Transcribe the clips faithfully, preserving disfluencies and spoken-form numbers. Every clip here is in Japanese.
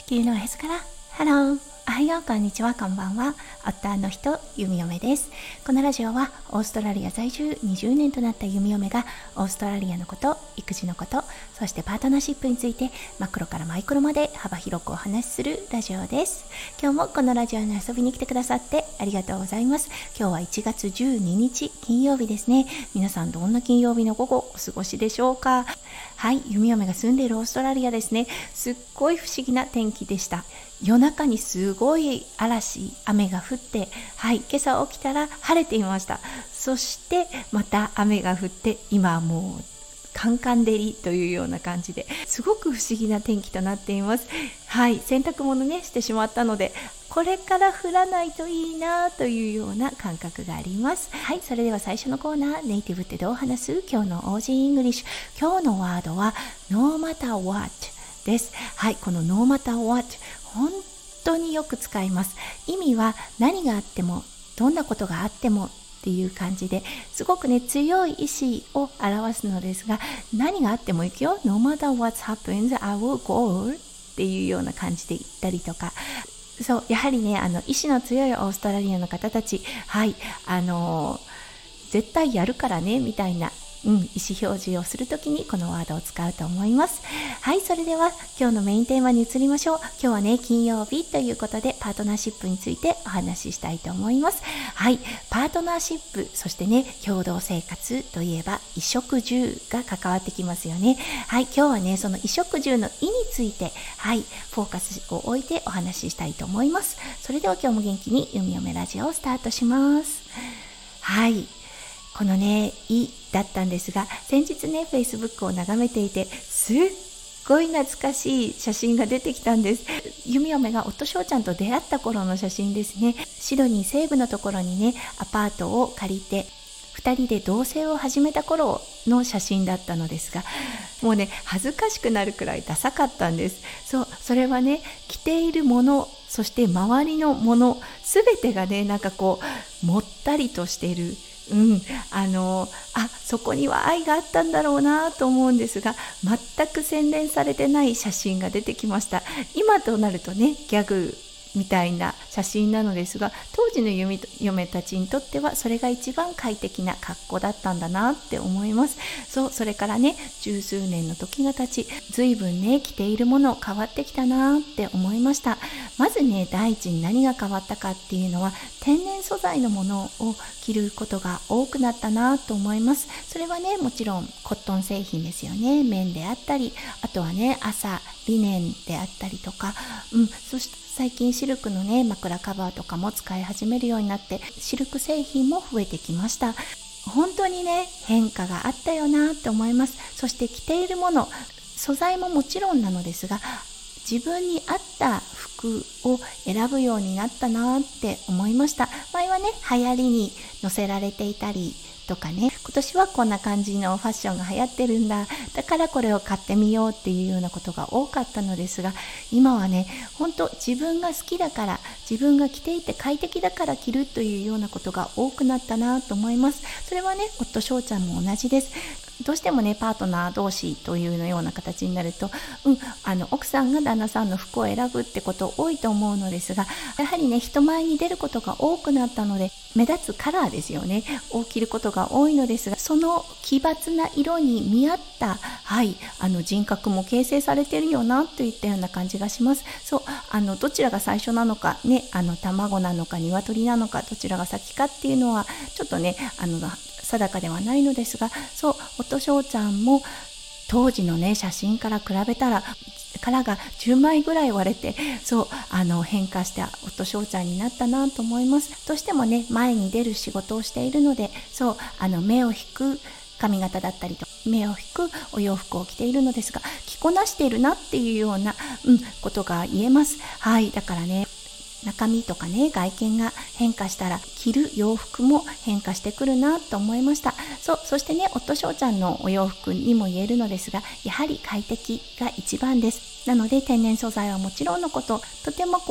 球のへそからハロー、おはよう、こんにちは、こんばんは。夫の人、弓嫁です。このラジオはオーストラリア在住にじゅうねんとなった弓嫁がオーストラリアのこと、育児のこと、そしてパートナーシップについてマクロからマイクロまで幅広くお話しするラジオです。今日もこのラジオに遊びに来てくださってありがとうございます。今日はいちがつじゅうににち金曜日ですね。皆さんどんな金曜日の午後お過ごしでしょうか。はい、弓嫁が住んでいるオーストラリアですね。すっごい不思議な天気でした。夜中にすごい嵐、雨が降って、はい、今朝起きたら晴れていました。そしてまた雨が降って、今はもうカンカン照りというような感じですごく不思議な天気となっています。はい、洗濯物ねしてしまったので、これから降らないといいなというような感覚があります。はい、それでは最初のコーナー、ネイティブってどう話す？今日の オージー イングリッシュ。今日のワードは No matter what です。はい、この No matter what、本当によく使います。意味は何があっても、どんなことがあってもっていう感じで、すごくね強い意志を表すのですが、何があってもいくよ、 No matter what happens I will go っていうような感じで言ったりとか、そうやはりねあの意志の強いオーストラリアの方たち、はいあのー、絶対やるからねみたいな、うん、意思表示をするときにこのワードを使うと思います。はい、それでは今日のメインテーマに移りましょう。今日はね金曜日ということでパートナーシップについてお話ししたいと思います。はい、パートナーシップ、そしてね共同生活といえば衣食住が関わってきますよね。はい、今日はねその衣食住の意について、はいフォーカスを置いてお話ししたいと思います。それでは今日も元気に弓嫁ラジオをスタートします。はい、このね「い」だったんですが、先日ね Facebook を眺めていて、すっごい懐かしい写真が出てきたんです。弓嫁が夫翔ちゃんと出会った頃の写真ですね。シドニー西部のところにねアパートを借りてふたりで同棲を始めた頃の写真だったのですが、もうね恥ずかしくなるくらいダサかったんです。そう、それはね着ているもの、そして周りのものすべてがねなんかこうもったりとしている、うん、あのあそこには愛があったんだろうなと思うんですが、全く洗練されてない写真が出てきました。今となるとねギャグみたいな写真なのですが、当時の弓嫁たちにとってはそれが一番快適な格好だったんだなって思います。そう、それからね十数年の時が経ち、随分ね着ているもの変わってきたなって思いました。まずね第一に何が変わったかっていうのは、天然素材のものを着ることが多くなったなと思います。それはねもちろんコットン製品ですよね。綿であったり、あとはね朝リネンであったりとか、うん、そして最近シルクのね枕カバーとかも使い始めるようになって、シルク製品も増えてきました。本当にね変化があったよなって思います。そして着ているもの、素材ももちろんなのですが、自分に合った服を選ぶようになったなって思いました。前はね流行りに乗せられていたりとかね、今年はこんな感じのファッションが流行ってるんだ、だからこれを買ってみようっていうようなことが多かったのですが、今はね本当自分が好きだから、自分が着ていて快適だから着るというようなことが多くなったなと思います。それはね夫翔ちゃんも同じです。どうしてもねパートナー同士というような形になると、うん、あの奥さんが旦那さんの服を選ぶってこと多いと思うのですが、やはりね人前に出ることが多くなったので、目立つカラーですよねを着ることが多いのですが、その奇抜な色に見合った、はい、あの人格も形成されているよなといったような感じがします。そうあのどちらが最初なのかね、あの卵なのか鶏なのか、どちらが先かっていうのはちょっとねあの定かではないのですが、そう夫翔ちゃんも当時のね写真から比べたら殻がじゅうまいぐらい割れて、そうあの変化して夫翔ちゃんになったなと思います。どうしてもね前に出る仕事をしているので、そうあの目を引く髪型だったりと目を引くお洋服を着ているのですが、着こなしているなっていうような、うん、ことが言えます。はい、だからね中身とかね外見が変化したら着る洋服も変化してくるなと思いました。そうそしてね夫翔ちゃんのお洋服にも言えるのですが、やはり快適が一番です。なので天然素材はもちろんのこと、とてもこう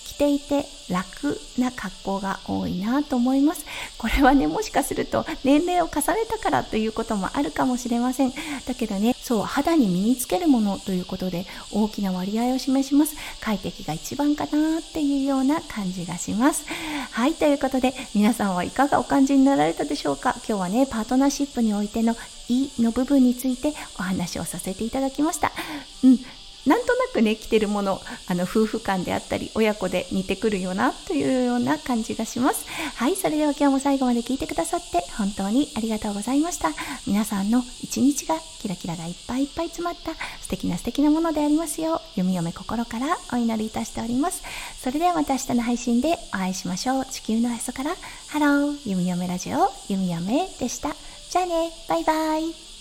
着ていて楽な格好が多いなと思います。これはね、もしかすると年齢を重ねたからということもあるかもしれません。だけどね、そう、肌に身につけるものということで大きな割合を示します。快適が一番かなっていうような感じがします。はい、ということで皆さんはいかがお感じになられたでしょうか。今日はね、パートナーシップにおいてのいの部分についてお話をさせていただきました。うん、なんとなくね、着てるもの、あの夫婦間であったり親子で似てくるよなというような感じがします。はい、それでは今日も最後まで聞いてくださって本当にありがとうございました。皆さんの一日がキラキラがいっぱいいっぱい詰まった素敵な素敵なものでありますよう、弓嫁心からお祈りいたしております。それではまた明日の配信でお会いしましょう。地球のへそからハロー、弓嫁ラジオ弓嫁でした。じゃあね、バイバイ。